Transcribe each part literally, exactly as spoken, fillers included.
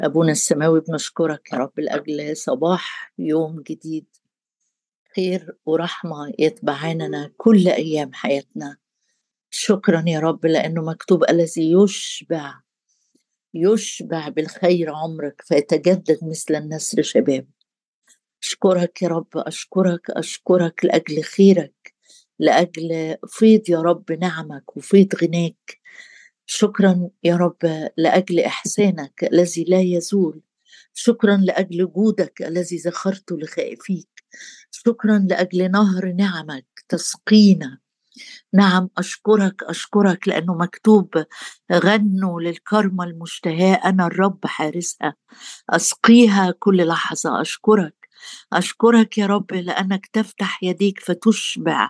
أبونا السماوي بنشكرك يا رب لأجل صباح يوم جديد، خير ورحمة يتبعاننا كل أيام حياتنا. شكرا يا رب لأنه مكتوب الذي يشبع يشبع بالخير عمرك فيتجدد مثل النسر شباب. أشكرك يا رب، أشكرك أشكرك لأجل خيرك، لأجل فيض يا رب نعمك وفيض غناك. شكرا يا رب لأجل إحسانك الذي لا يزول. شكرا لأجل جودك الذي ذخرته لخائفيك. شكرا لأجل نهر نعمك تسقينا. نعم أشكرك أشكرك لأنه مكتوب غنوا للكرمة المشتهاة أنا الرب حارسها أسقيها كل لحظة. أشكرك أشكرك يا رب لأنك تفتح يديك فتشبع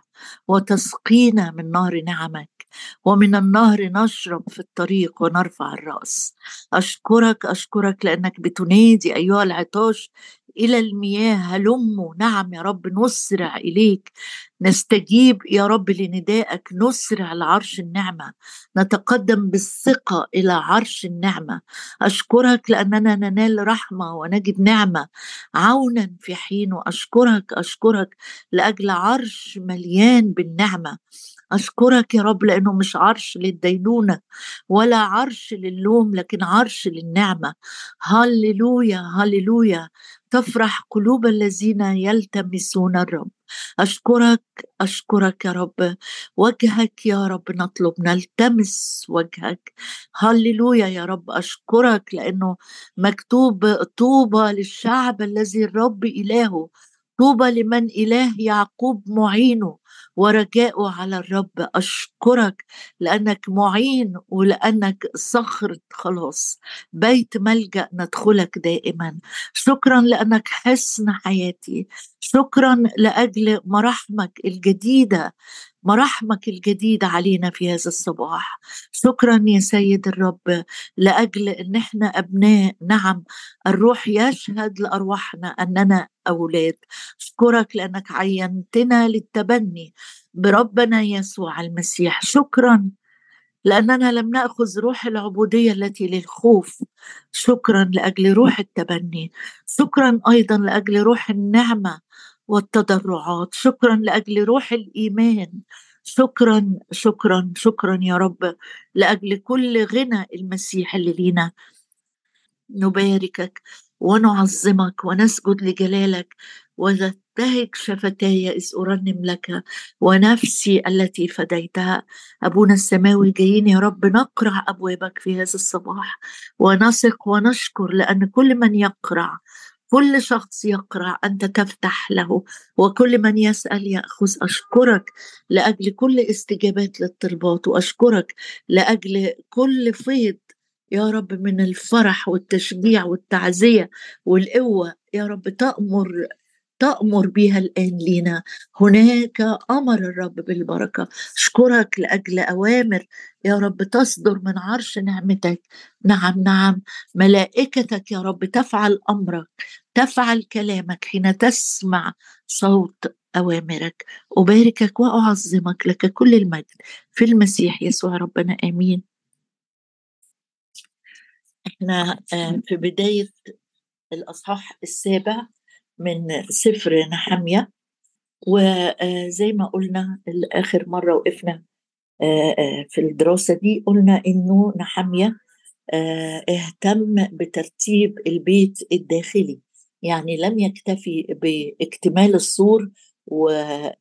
وتسقينا من نهر نعمك، ومن النهر نشرب في الطريق ونرفع الرأس. أشكرك أشكرك لأنك بتنادي أيها العطاش إلى المياه هلموا. نعم يا رب نسرع إليك، نستجيب يا رب لندائك، نسرع لعرش النعمة، نتقدم بالثقة إلى عرش النعمة. أشكرك لأننا ننال رحمة ونجد نعمة عونا في حين. وأشكرك أشكرك لأجل عرش مليان بالنعمة. أشكرك يا رب لأنه مش عرش للدينونة ولا عرش للوم، لكن عرش للنعمة. هاليلويا هاليلويا. تفرح قلوب الذين يلتمسون الرب. أشكرك أشكرك يا رب. وجهك يا رب نطلب، نلتمس وجهك. هاليلويا يا رب. أشكرك لأنه مكتوب طوبى للشعب الذي الرب إلهه، طوبى لمن إله يعقوب معينه ورجاؤه على الرب. أشكرك لأنك معين ولأنك صخرة خلاص، بيت ملجأ ندخلك دائما. شكرا لأنك حصن حياتي. شكرا لأجل مراحمك الجديدة، مراحمك الجديدة علينا في هذا الصباح. شكرا يا سيد الرب لأجل أن احنا أبناء. نعم الروح يشهد لأرواحنا أننا أولاد. أشكرك لأنك عينتنا للتبني بربنا يسوع المسيح. شكرا لأننا لم نأخذ روح العبودية التي للخوف. شكرا لأجل روح التبني. شكرا أيضا لأجل روح النعمة والتضرعات. شكرا لأجل روح الإيمان. شكرا شكرا شكرا يا رب لأجل كل غنى المسيح اللي لينا. نباركك ونعظمك ونسجد لجلالك، وتبتهج شفتاي إذ أرنم لك ونفسي التي فديتها. أبونا السماوي جايين يا رب نقرع أبوابك في هذا الصباح ونثق ونشكر، لأن كل من يقرع، كل شخص يقرأ أنت تفتح له، وكل من يسأل يأخذ. أشكرك لأجل كل استجابات للطلبات، وأشكرك لأجل كل فيض يا رب من الفرح والتشجيع والتعزية والقوة يا رب تأمر تأمر بها الآن لنا. هناك أمر الرب بالبركة. أشكرك لأجل أوامر يا رب تصدر من عرش نعمتك. نعم نعم ملائكتك يا رب تفعل أمرك، تفعل كلامك حين تسمع صوت أوامرك. أباركك وأعظمك، لك كل المجد في المسيح يسوع ربنا آمين. احنا في بداية الأصحاح السابع من سفر نحمية، وزي ما قلنا الآخر مرة وقفنا في الدراسة دي قلنا إنه نحمية اهتم بترتيب البيت الداخلي، يعني لم يكتفي باكتمال السور وخد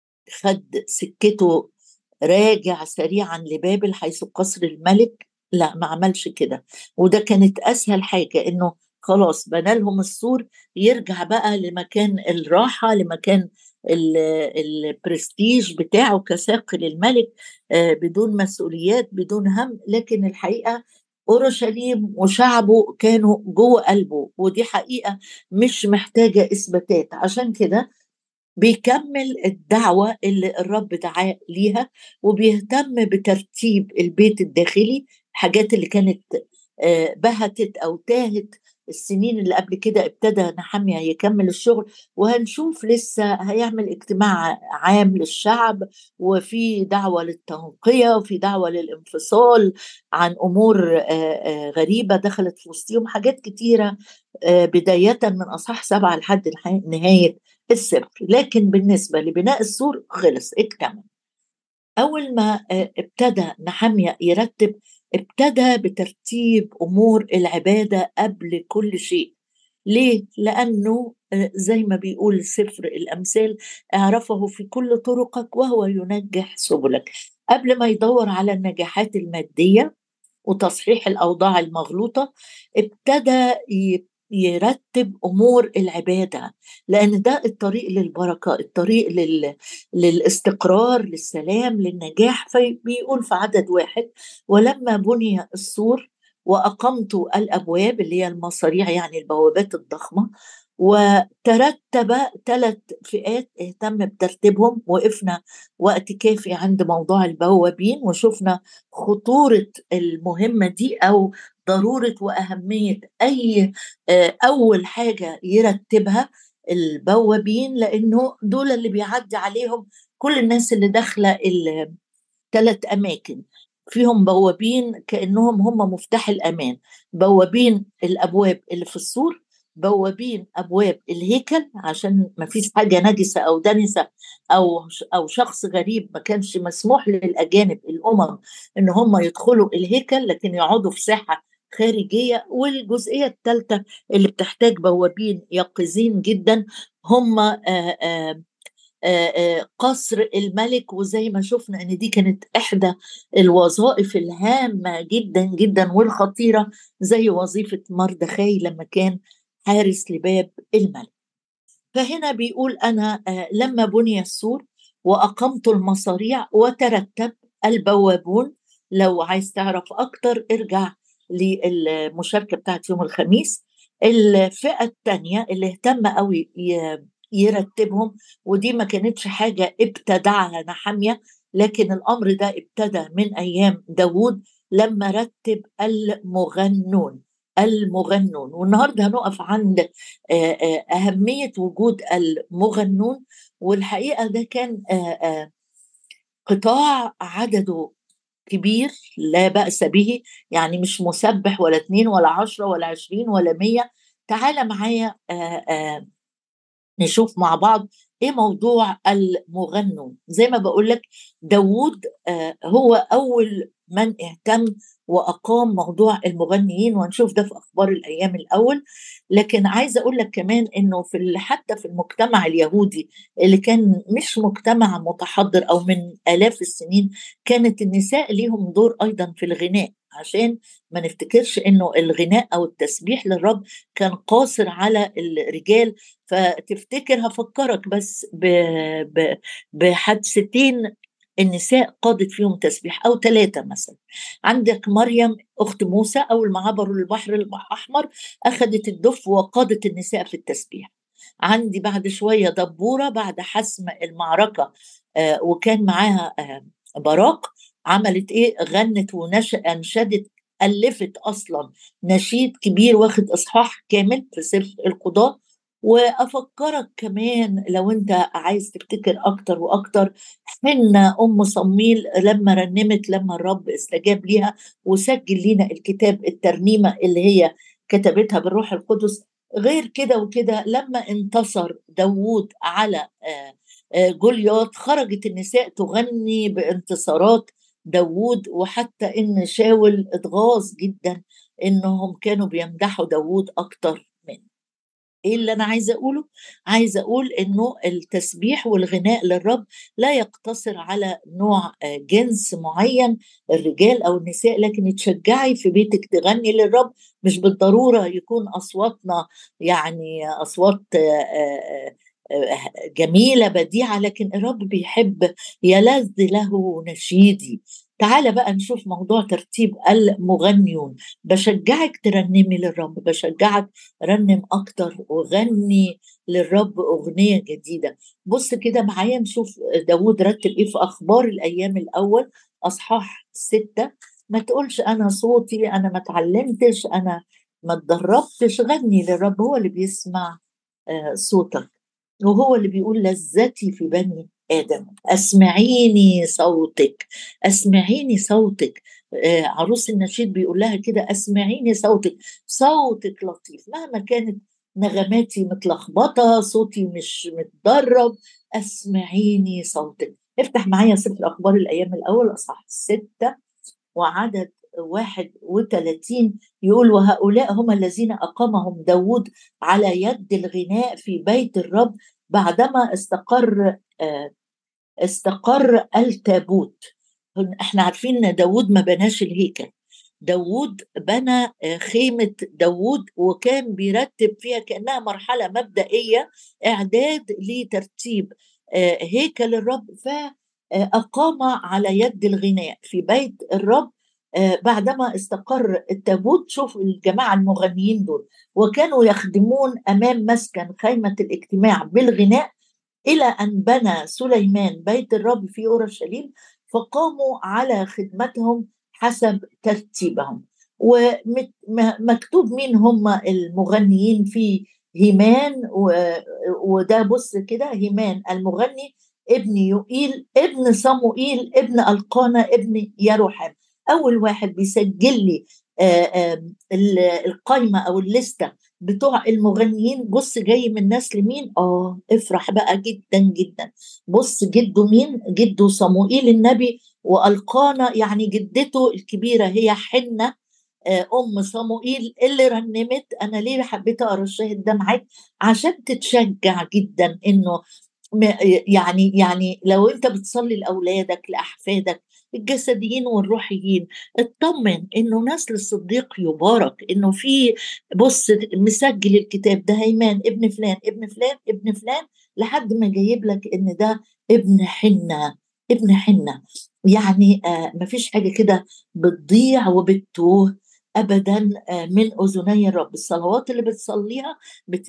سكته راجع سريعا لبابل حيث قصر الملك. لا ما عملش كده، وده كانت أسهل حاجة إنه خلاص بنى لهم السور، يرجع بقى لمكان الراحة، لمكان البرستيج بتاعه كساقي للملك بدون مسؤوليات بدون هم. لكن الحقيقة أورشليم وشعبه كانوا جوه قلبه، ودي حقيقة مش محتاجة إثباتات. عشان كده بيكمل الدعوة اللي الرب دعاه ليها، وبيهتم بترتيب البيت الداخلي، الحاجات اللي كانت آه، بهتت أو تاهت السنين اللي قبل كده. ابتدى نحميا يكمل الشغل، وهنشوف لسه هيعمل اجتماع عام للشعب، وفي دعوة للتنقية وفي دعوة للانفصال عن أمور آه، آه، غريبة دخلت في وسطهم، حاجات كتيرة آه، بداية من أصح سبعة لحد الح- نهاية السفر. لكن بالنسبة لبناء السور خلص اكتمل. أول ما آه، ابتدى نحميا يرتب، ابتدى بترتيب أمور العبادة قبل كل شيء. ليه؟ لأنه آه، زي ما بيقول سفر الأمثال: اعرفه في كل طرقك وهو ينجح سبلك. قبل ما يدور على النجاحات المادية وتصحيح الأوضاع المغلوطة، ابتدى ي- يرتب أمور العبادة، لأن ده الطريق للبركة، الطريق لل... للاستقرار، للسلام، للنجاح. فبيقول في عدد واحد: ولما بني السور وأقمت الأبواب، اللي هي المصاريع يعني البوابات الضخمة، وترتب ثلاث فئات اهتم بترتيبهم. وقفنا وقت كافي عند موضوع البوابين، وشفنا خطورة المهمة دي أو ضرورة وأهمية أي آه، أول حاجة يرتبها البوابين، لأنه دول اللي بيعدي عليهم كل الناس اللي داخلة ثلاث أماكن. فيهم بوابين كأنهم هم مفتاح الأمان: بوابين الأبواب اللي في السور، بوابين أبواب الهيكل عشان ما فيش حاجة نجسة أو دنسة أو أو شخص غريب، ما كانش مسموح للأجانب الأمم إن هم يدخلوا الهيكل، لكن يقعدوا في ساحة خارجية. والجزئية الثالثة اللي بتحتاج بوابين يقظين جدا، هم آآ آآ آه، آه، قصر الملك. وزي ما شفنا ان دي كانت احدى الوظائف الهامة جدا جدا والخطيرة، زي وظيفة مردخاي لما كان حارس لباب الملك. فهنا بيقول انا آه، لما بني السور واقمت المصاريع وترتب البوابون. لو عايز تعرف اكتر ارجع للمشاركة بتاعت يوم الخميس. الفئة الثانية اللي اهتم قوي ي- يرتبهم، ودي ما كانتش حاجة ابتدعها نحمية، لكن الأمر ده ابتدى من أيام داود لما رتب المغنون. المغنون، والنهارده هنقف عند آه، آه، أهمية وجود المغنون. والحقيقة ده كان آه، آه، قطاع عدده كبير لا بأس به، يعني مش مسبح ولا اتنين ولا عشرة ولا عشرين ولا مية. تعال معايا آه، آه، نشوف مع بعض ايه موضوع المغنون. زي ما بقول لك، داوود آه، هو اول من اهتم واقام موضوع المغنيين، ونشوف ده في اخبار الايام الاول. لكن عايزه اقول لك كمان انه في ال- حتى في المجتمع اليهودي اللي كان مش مجتمع متحضر او من الاف السنين، كانت النساء ليهم دور ايضا في الغناء، عشان ما نفتكرش انه الغناء او التسبيح للرب كان قاصر على الرجال. فتفتكر هفكرك بس ب... ب... بحادثتين النساء قادت فيهم تسبيح او ثلاثه مثلا. عندك مريم اخت موسى، اول ما عبروا البحر الاحمر اخذت الدف وقادت النساء في التسبيح. عندي بعد شويه دبوره بعد حسم المعركه آه وكان معاها آه براق، عملت ايه؟ غنت ونشدت، ألفت أصلا نشيد كبير واخد إصحاح كامل في سفر القضاء. وافكرك كمان لو انت عايز تفتكر اكتر واكتر، حنا ام صميل لما رنمت، لما الرب استجاب ليها وسجل لنا الكتاب الترنيمه اللي هي كتبتها بالروح القدس. غير كده وكده لما انتصر داوود على آه، آه، جولياث، خرجت النساء تغني بانتصارات داوود. وحتى ان شاول اتغاظ جدا انهم كانوا بيمدحوا داوود اكتر منه. ايه اللي انا عايزه اقوله؟ عايزه اقول انه التسبيح والغناء للرب لا يقتصر على نوع آه، جنس معين، الرجال او النساء، لكن تشجعي في بيتك تغني للرب. مش بالضروره يكون اصواتنا يعني اصوات آه، آه، آه، جميله بديعه، لكن الرب بيحب يلذ له نشيدي. تعال بقى نشوف موضوع ترتيب المغنيون. بشجعك ترنمي للرب، بشجعك رنم اكتر وغني للرب اغنيه جديده. بص كده معايا نشوف داود رتب ايه في اخبار الايام الاول اصحاح ستة. ما تقولش أنا صوتي، أنا ما اتعلمتش، أنا ما اتدربتش. غني للرب، هو اللي بيسمع آه، صوتك، وهو اللي بيقول لذتي في بني آدم. أسمعيني صوتك، أسمعيني صوتك. آه، عروس النشيد بيقول لها كده: أسمعيني صوتك. صوتك لطيف مهما كانت نغماتي متلخبطة، صوتي مش متدرب، أسمعيني صوتك. افتح معايا سفر أخبار الأيام الأول أصحاح ستة وعدد واحد وثلاثين. يقول: وهؤلاء هم الذين أقامهم داود على يد الغناء في بيت الرب بعدما استقر آه، استقر التابوت. احنا عارفين ان داود ما بناش الهيكل، داود بنى آه، خيمة داود، وكان بيرتب فيها كأنها مرحلة مبدئية إعداد لترتيب آه، هيكل الرب. فأقام على يد الغناء في بيت الرب آه، بعدما استقر التابوت. شوف الجماعة المغنيين دول، وكانوا يخدمون أمام مسكن خيمة الاجتماع بالغناء إلى أن بنى سليمان بيت الرب في أورشليم، فقاموا على خدمتهم حسب ترتيبهم. ومكتوب مين هم المغنيين في هيمان، وده بص كده: هيمان المغني ابن يوئيل ابن صموئيل ابن القانا ابن يروحم. أول واحد بيسجل لي آه، آه، القايمة أو الليستة بتوع المغنيين، بص جاي من نسل مين؟ اه افرح بقى جدا جدا. بص جده مين؟ جده صموئيل النبي، والقانا يعني جدته الكبيره هي حنة آه، ام صموئيل اللي رنمت. انا ليه حبيت اقرا الشاهد ده معاك؟ عشان تتشجع جدا انه يعني يعني لو انت بتصلي لاولادك لاحفادك الجسديين والروحيين، اطمن انه نسل الصديق يبارك، انه في بص مسجل الكتاب ده هيمان ابن فلان ابن فلان ابن فلان، لحد ما جايب لك ان ده ابن حنة ابن حنة. يعني آه مفيش حاجة كده بتضيع وبتتوه ابدا آه من اذني الرب. الصلوات اللي بتصليها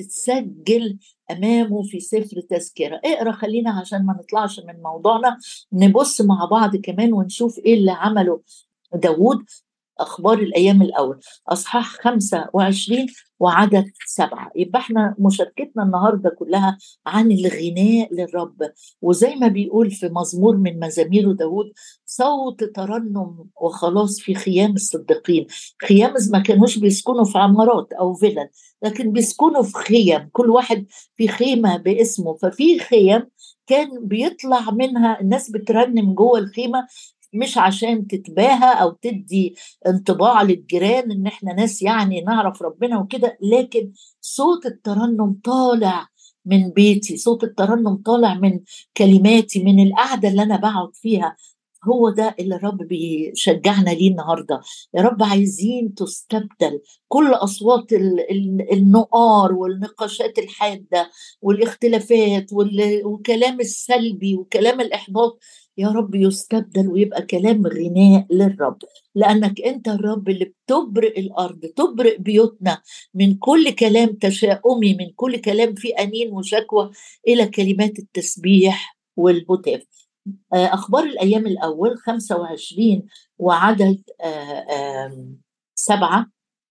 بتتسجل امامه في سفر تذكره. اقرا خلينا عشان ما نطلعش من موضوعنا، نبص مع بعض كمان ونشوف ايه اللي عمله داود. أخبار الأيام الأول أصحاح خمسة وعشرين وعدد سبعة. يبقى احنا مشاركتنا النهاردة كلها عن الغناء للرب. وزي ما بيقول في مزمور من مزامير داود: صوت ترنم وخلاص في خيام الصديقين. خيام ما كانوش بيسكنوا في عمارات أو فيلل، لكن بيسكنوا في خيم، كل واحد في خيمة باسمه. ففي خيم كان بيطلع منها الناس بترنم جوه الخيمة، مش عشان تتباهى او تدي انطباع للجيران ان احنا ناس يعني نعرف ربنا وكده، لكن صوت الترنم طالع من بيتي، صوت الترنم طالع من كلماتي، من القعدة اللي انا بقعد فيها. هو ده اللي الرب بيشجعنا ليه النهارده. يا رب عايزين تستبدل كل اصوات ال- ال- النقار والنقاشات الحاده والاختلافات وال- والكلام السلبي وكلام الاحباط. يا رب يستبدل ويبقى كلام غناء للرب، لأنك أنت الرب اللي بتبرئ الأرض، تبرئ بيوتنا من كل كلام تشاؤمي، من كل كلام فيه أنين وشكوى، إلى كلمات التسبيح والهتاف. آه، أخبار الأيام الأول خمسة وعشرين وعدد آه، آم، سبعة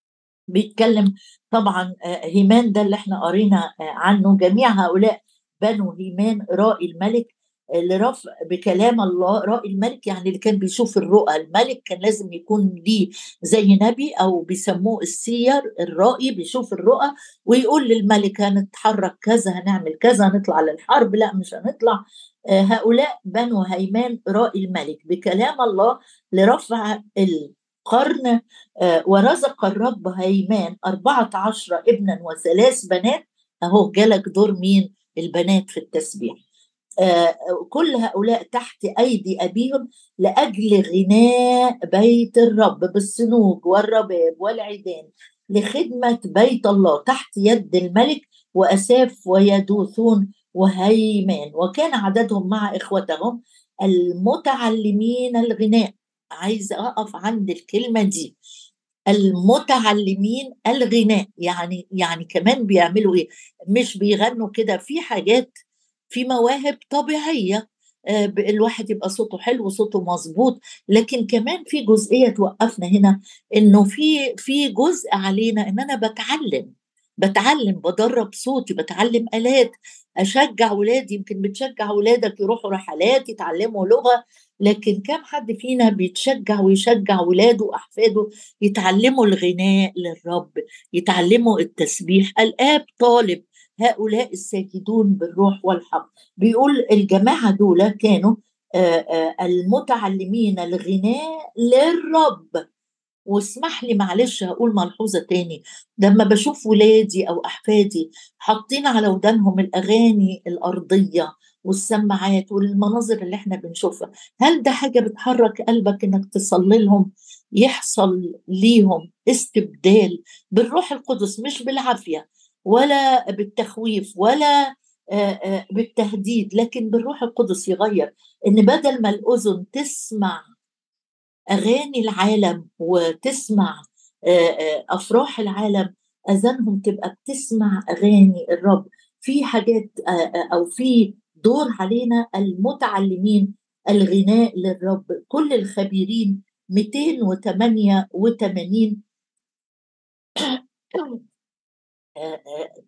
بيتكلم طبعا آه، هيمان ده اللي احنا قرينا آه، عنه: جميع هؤلاء بنو هيمان رائي الملك. اللي رفع بكلام الله رائي الملك يعني اللي كان بيشوف الرؤى. الملك كان لازم يكون ليه زي نبي او بيسموه السير الرائي، بيشوف الرؤى ويقول للملك هنتحرك كذا، هنعمل كذا، هنطلع للحرب، لا مش هنطلع. آه، هؤلاء بنو هيمان رائي الملك بكلام الله لرفع القرن. آه، ورزق الرب هيمان أربعة عشر ابنا وثلاث بنات. أهو جالك دور مين؟ البنات في التسبيح. آه، كل هؤلاء تحت أيدي أبيهم لأجل غناء بيت الرب بالصنوج والرباب والعيدان لخدمة بيت الله تحت يد الملك وأساف ويدوثون وهيمان. وكان عددهم مع إخوتهم المتعلمين الغناء. عايزة أقف عند الكلمة دي: المتعلمين الغناء. يعني يعني كمان بيعملوا ايه؟ مش بيغنوا كده، في حاجات، في مواهب طبيعية آه، ب- الواحد يبقى صوته حلو وصوته مظبوط. لكن كمان في جزئية توقفنا هنا، انه في في جزء علينا ان انا بتعلم، بتعلم بدرب صوتي، بتعلم آلات، اشجع ولادي. يمكن بتشجع ولادك يروحوا رحلات يتعلموا لغة، لكن كم حد فينا بيتشجع ويشجع ولاده واحفاده يتعلموا الغناء للرب، يتعلموا التسبيح؟ الآب طالب هؤلاء الساجدون بالروح والحق. بيقول الجماعة دول كانوا آه، آه، المتعلمين الغناء للرب. واسمح لي معلش هقول ملحوظة تاني، لما بشوف ولادي أو أحفادي حاطين على ودانهم الأغاني الأرضية والسماعات والمناظر اللي احنا بنشوفها، هل ده حاجة بتحرك قلبك إنك تصلي لهم يحصل ليهم استبدال بالروح القدس، مش بالعافية ولا بالتخويف ولا آه، آه، بالتهديد، لكن بالروح القدس يغير؟ إن بدل ما الأذن تسمع أغاني العالم وتسمع آه، آه، أفراح العالم، أذانهم تبقى بتسمع أغاني الرب. في حاجات آه، آه، أو في دور علينا المتعلمين الغناء للرب. كل الخبيرين مئتين وثمانية وثمانين آه، آه،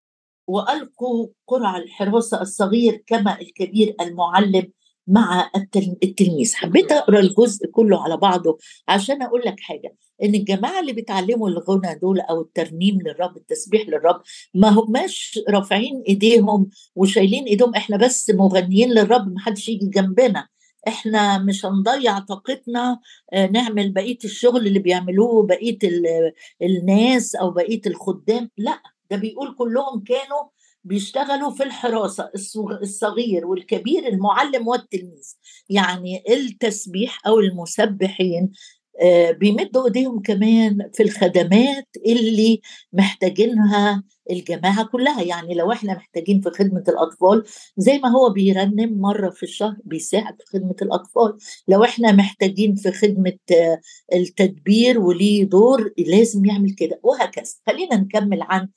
وألقوا قرع الحراسة الصغير كما الكبير المعلم مع التل- التلميذ. حبيت أقرأ الجزء كله على بعضه عشان أقول لك حاجة، إن الجماعة اللي بيتعلموا الغنى دول أو الترنيم للرب، التسبيح للرب، ما هماش رافعين إيديهم وشايلين إيديهم إحنا بس مغنيين للرب محدش يجي جنبنا، إحنا مش هنضيع طاقتنا آه، نعمل بقية الشغل اللي بيعملوه بقية ال- الناس أو بقية الخدام. لا، ده بيقول كلهم كانوا بيشتغلوا في الحراسة، الصغ- الصغير والكبير، المعلم والتلميذ. يعني التسبيح أو المسبحين آه، بيمدوا ايديهم كمان في الخدمات اللي محتاجينها الجماعة كلها. يعني لو احنا محتاجين في خدمة الأطفال، زي ما هو بيرنم مرة في الشهر بيساعد في خدمة الأطفال. لو احنا محتاجين في خدمة آه، التدبير وليه دور لازم يعمل كده، وهكذا. خلينا نكمل عن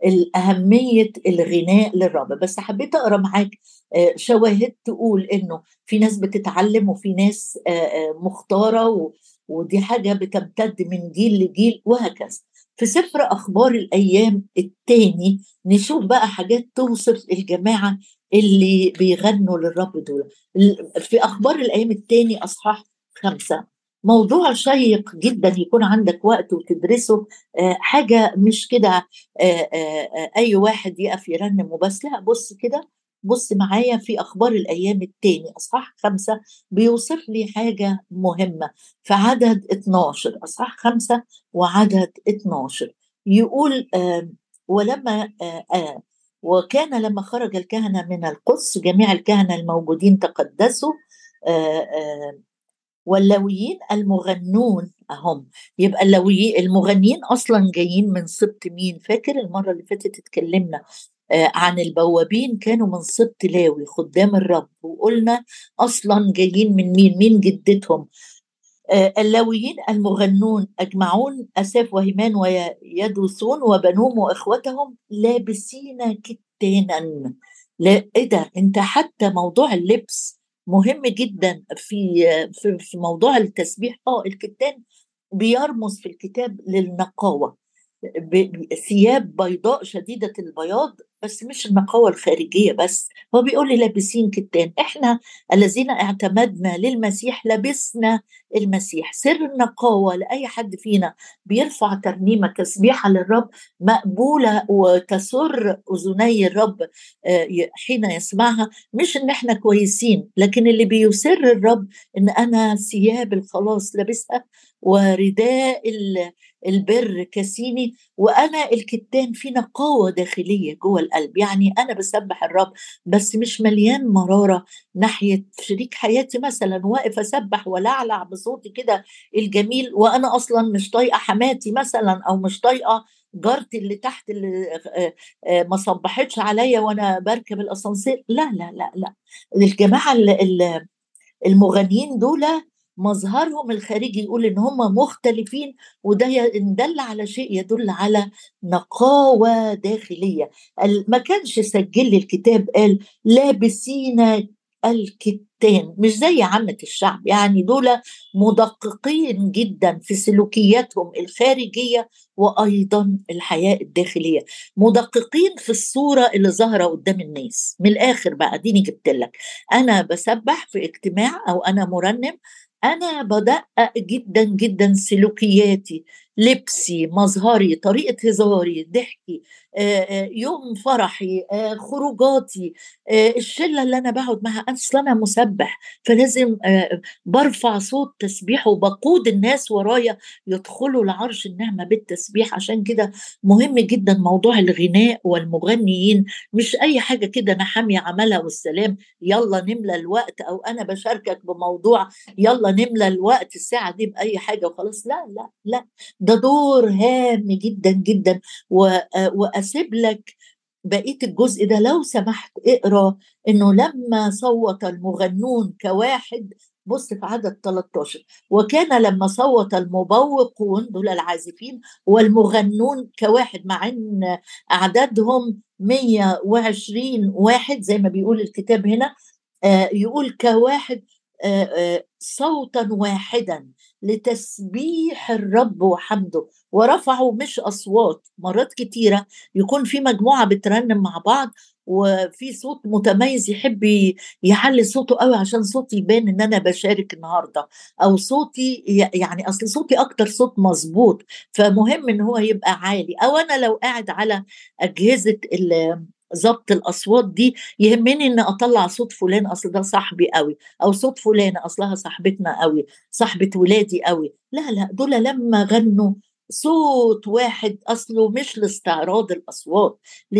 الأهمية الغناء للرب. بس حبيت أقرأ معاك آه، شواهد تقول إنه في ناس بتتعلم وفي ناس آه، آه، مختارة و- ودي حاجة بتمتد من جيل لجيل وهكذا. في سفر أخبار الأيام التاني نشوف بقى حاجات توصف الجماعة اللي بيغنوا للرب دول. ال- في أخبار الأيام التاني أصحاح خمسة، موضوع شيق جدا يكون عندك وقت وتدرسه. آه، حاجة مش كده آه، آه، آه، اي واحد يقف يرنم وبس، لا، بص كده، بص معايا في اخبار الايام التاني اصحاح خمسة، بيوصف لي حاجة مهمة. في عدد اتناشر، اصحاح خمسة وعدد اتناشر، يقول آه ولما آه آه وكان لما خرج الكهنة من القدس جميع الكهنة الموجودين تقدسوا آه آه واللويين المغنون اهم. يبقى اللويين المغنيين اصلا جايين من سبط مين؟ فاكر المره اللي فاتت اتكلمنا آه عن البوابين كانوا من سبط لاوي خدام الرب، وقلنا اصلا جايين من مين؟ مين جدتهم؟ آه، اللاويين المغنون أجمعون أساف وهيمان ويدوثون وبنوم وإخوتهم لابسين كتانا. لا، إيه ده؟ أنت حتى موضوع اللبس مهم جدا في في في موضوع التسبيح. اه الكتان بيرمز في الكتاب للنقاوة، ب- ثياب بيضاء شديدة البياض، بس مش النقاوة الخارجية بس. هو بيقول لي لابسين كتان، احنا الذين اعتمدنا للمسيح لبسنا المسيح. سر النقاوة لأي حد فينا بيرفع ترنيمة تسبيحة للرب مقبولة وتسر أذني الرب آه، حين يسمعها، مش إن إحنا كويسين، لكن اللي بيسر الرب إن أنا ثياب الخلاص لابسها ورداء ال- البر كسيني، وأنا الكتان في نقاوة داخلية جوه القلب. يعني أنا بسبح الرب بس مش مليان مرارة ناحية شريك حياتي، مثلا واقف أسبح ولعلع بصوتي كده الجميل وأنا أصلا مش طايقة حماتي مثلا، أو مش طايقة جارتي اللي تحت اللي آه، آه، ما صبحتش عليا وأنا بركب الأسانسير. لا لا لا لا، الجماعة ال- المغنيين دول مظهرهم الخارجي يقول ان هم مختلفين، وده ي- ان دل على شيء يدل على نقاوة داخلية. ال- ما كانش سجل لي الكتاب قال لابسين الكتان، مش زي عامة الشعب، يعني دول مدققين جدا في سلوكياتهم الخارجية وأيضا الحياة الداخلية، مدققين في الصورة اللي ظاهرة قدام الناس. من الآخر بقى ديني جبت لك، أنا بسبح في اجتماع أو أنا مرنم، أنا بدقق جدا جدا سلوكياتي، لبسي، مظهري، طريقة هزاري، ضحكي، آه، آه، يوم فرحي، آه، خروجاتي، آه، الشلة اللي أنا بقعد معها. أصلا أنا مسبح، فلازم آه، برفع صوت تسبيح وبقود الناس ورايا يدخلوا لعرش النعمة بالتسبيح. عشان كده مهم جدا موضوع الغناء والمغنيين، مش أي حاجة كده نحامي عملها والسلام يلا نملى الوقت، أو أنا بشاركك بموضوع يلا نملى الوقت الساعة دي بأي حاجة وخلاص. لا لا لا، ده دور هام جدا جدا. وأسيب لك بقية الجزء ده لو سمحت اقرأ، إنه لما صوت المغنون كواحد، بص في عدد ثلاثة عشر، وكان لما صوت المبوقون دول العازفين والمغنون كواحد، مع ان اعدادهم مية وعشرين واحد زي ما بيقول الكتاب هنا، آه يقول كواحد، آه آه صوتا واحدا لتسبيح الرب وحمده، ورفعوا مش أصوات. مرات كتيرة يكون في مجموعة بترنم مع بعض وفي صوت متميز يحب يعلي صوته قوي عشان صوتي يبان ان انا بشارك النهارده، او صوتي يعني اصل صوتي اكتر صوت مظبوط، فمهم ان هو يبقى عالي. او انا لو قاعد على اجهزه ضبط الاصوات دي، يهمني ان اطلع صوت فلان اصل ده صاحبي قوي، او صوت فلانه اصلها صاحبتنا قوي، صاحبه ولادي قوي. لا لا، دول لما غنوا صوت واحد اصله مش لاستعراض الاصوات،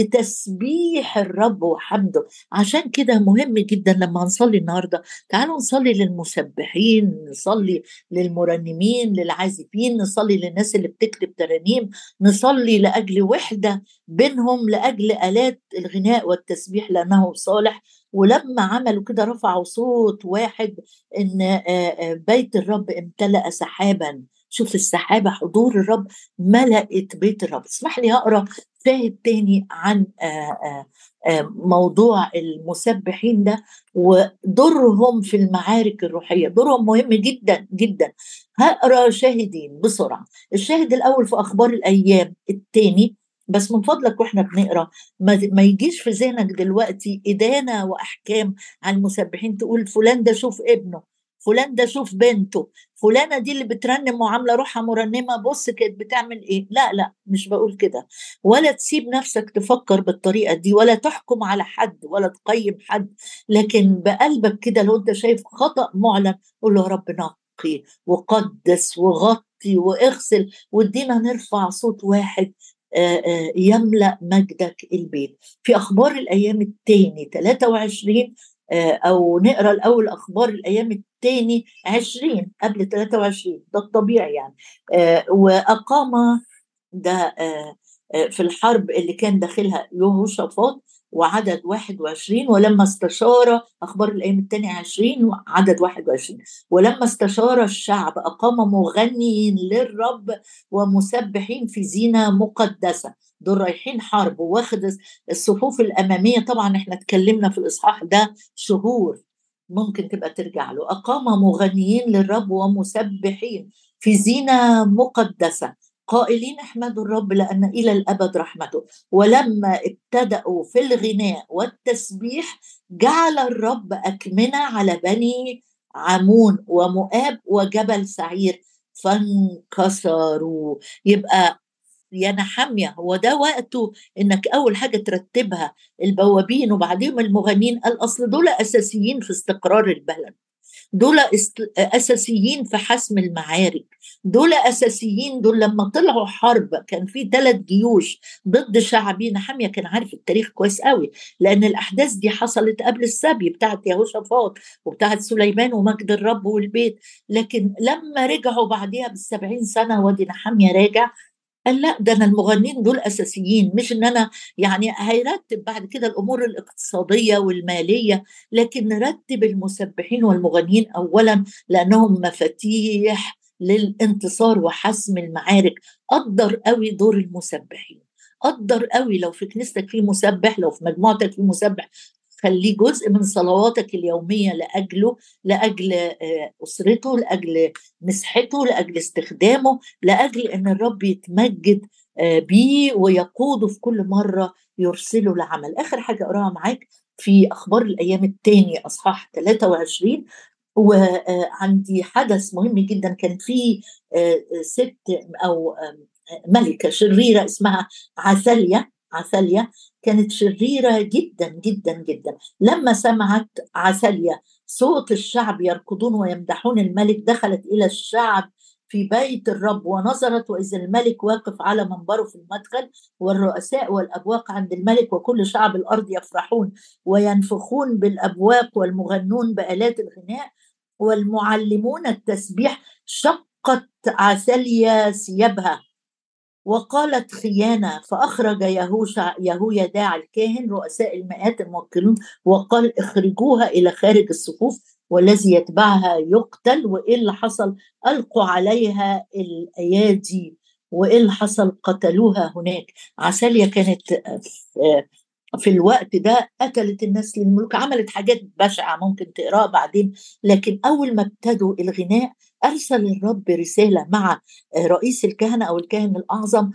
لتسبيح الرب وحمده. عشان كده مهم جدا لما نصلي النهارده، تعالوا نصلي للمسبحين، نصلي للمرنمين، للعازفين، نصلي للناس اللي بتكتب ترانيم، نصلي لاجل وحده بينهم، لاجل الات الغناء والتسبيح لانه صالح. ولما عملوا كده رفعوا صوت واحد ان بيت الرب امتلأ سحابا. شوف السحابة، حضور الرب ملأت بيت الرب. اسمح لي أقرأ شاهد تاني عن آآ آآ موضوع المسبحين ده ودورهم في المعارك الروحية. دورهم مهم جدا جدا. هقرأ شاهدين بسرعة. الشاهد الأول في أخبار الأيام التاني، بس من فضلك واحنا بنقرا ما, ما يجيش في ذهنك دلوقتي إدانة وأحكام عن المسبحين، تقول فلان ده شوف ابنه، فلان ده شوف بنته، فلانة دي اللي بترنم وعاملة روحها مرنمة بص كانت بتعمل ايه. لا لا، مش بقول كده. ولا تسيب نفسك تفكر بالطريقة دي، ولا تحكم على حد، ولا تقيم حد، لكن بقلبك كده لو انت شايف خطأ معلن قول له يا رب نقي وقدس وغطي واغسل، وادينا نرفع صوت واحد يملأ مجدك البيت. في أخبار الأيام التاني ثلاثة وعشرين، أو نقرأ الأول أخبار الأيام التاني عشرين قبل ثلاثة وعشرين، ده الطبيعي يعني. وأقام ده في الحرب اللي كان داخلها يهوشافاط، وعدد واحد وعشرين، ولما استشار أخبار الأيام الثانية عشرين عدد واحد وعشرين، ولما استشار الشعب أقام مغنيين للرب ومسبحين في زينة مقدسة. دول رايحين حرب واخد الصفوف الأمامية. طبعا احنا اتكلمنا في الإصحاح ده شهور، ممكن تبقى ترجع له. أقام مغنيين للرب ومسبحين في زينة مقدسة قائلين احمدوا الرب لأن إلى الأبد رحمته. ولما ابتدأوا في الغناء والتسبيح جعل الرب أكمنة على بني عمون ومؤاب وجبل سعير فانكسروا. يبقى يا نحمية هو ده وقته انك اول حاجة ترتبها البوابين وبعدين المغنين. الاصل دول اساسيين في استقرار البلد، دول أساسيين في حسم المعارك، دول أساسيين. دول لما طلعوا حرب كان في ثلاث جيوش ضد شعبي. نحمية كان عارف التاريخ كويس قوي، لأن الأحداث دي حصلت قبل السبي بتاعت يهوشافاط وبتاعت سليمان ومجد الرب والبيت. لكن لما رجعوا بعدها بالسبعين سنة ودي نحمية راجع، قال لا ده انا المغنين دول اساسيين، مش ان انا يعني هيرتب بعد كده الامور الاقتصاديه والماليه، لكن نرتب المسبحين والمغنيين اولا لانهم مفاتيح للانتصار وحسم المعارك. قدر قوي دور المسبحين، قدر قوي لو في كنيستك في مسبح، لو في مجموعتك في مسبح خليه جزء من صلواتك اليومية لأجله، لأجل آه، أسرته، لأجل مسحته، لأجل استخدامه، لأجل أن الرب يتمجد آه، بيه ويقوده في كل مرة يرسله لعمل. آخر حاجة أقراها معاك في أخبار الأيام التاني أصحاح ثلاثة وعشرين، وعندي حدث مهم جدا. كان في آه، ست أو آه، ملكة شريرة اسمها عثاليا. عثاليا كانت شريرة جدا جدا جدا. لما سمعت عثاليا صوت الشعب يركضون ويمدحون الملك، دخلت إلى الشعب في بيت الرب ونظرت، وإذا الملك واقف على منبره في المدخل، والرؤساء والأبواق عند الملك، وكل شعب الأرض يفرحون وينفخون بالأبواق، والمغنون بآلات الغناء والمعلمون التسبيح. شقت عساليا ثيابها وقالت خيانة، فأخرج يهوشع يهويداع الكاهن رؤساء المئات الموكلون وقال اخرجوها إلى خارج الصفوف، والذي يتبعها يقتل. وإيه اللي حصل؟ ألقوا عليها الأيادي. وإيه اللي حصل؟ قتلوها هناك. عساليا كانت آه، في الوقت ده قتلت الناس للملوك، عملت حاجات بشعة ممكن تقراها بعدين. لكن أول ما ابتدوا الغناء أرسل الرب رسالة مع رئيس الكهنة أو الكاهن الأعظم،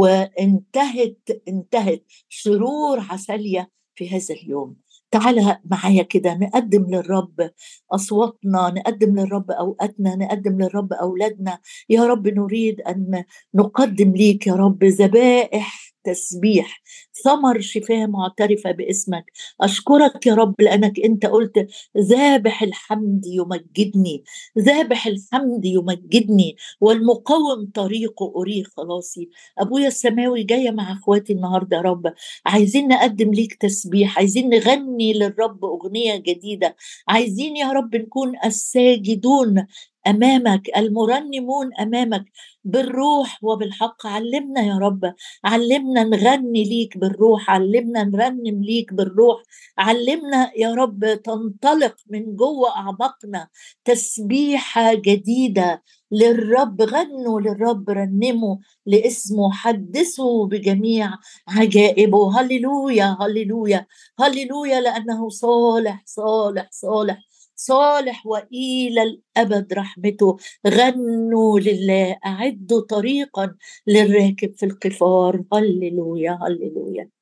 وانتهت انتهت شرور عسالية في هذا اليوم. تعال معايا كده نقدم للرب أصواتنا، نقدم للرب أوقاتنا، نقدم للرب أولادنا. يا رب نريد أن نقدم ليك يا رب ذبائح تسبيح، ثمر شفاه معترفة باسمك. أشكرك يا رب لأنك أنت قلت ذابح الحمد يمجدني، ذابح الحمد يمجدني، والمقوم طريقه أريه خلاصي. أبويا السماوي جاية مع أخواتي النهاردة يا رب، عايزين نقدم ليك تسبيح، عايزين نغني للرب أغنية جديدة، عايزين يا رب نكون الساجدون أمامك، المرنمون أمامك بالروح وبالحق. علمنا يا رب، علمنا نغني ليك بالروح، علمنا نرنم ليك بالروح، علمنا يا رب تنطلق من جوه أعماقنا تسبيحة جديدة للرب. غنوا للرب، رنموا لاسمه، حدثوا بجميع عجائبه. هللويا هللويا هللويا، لأنه صالح صالح صالح صالح وإلى الأبد رحمته. غنوا لله، أعدوا طريقا للراكب في القفار. هللويا هللويا.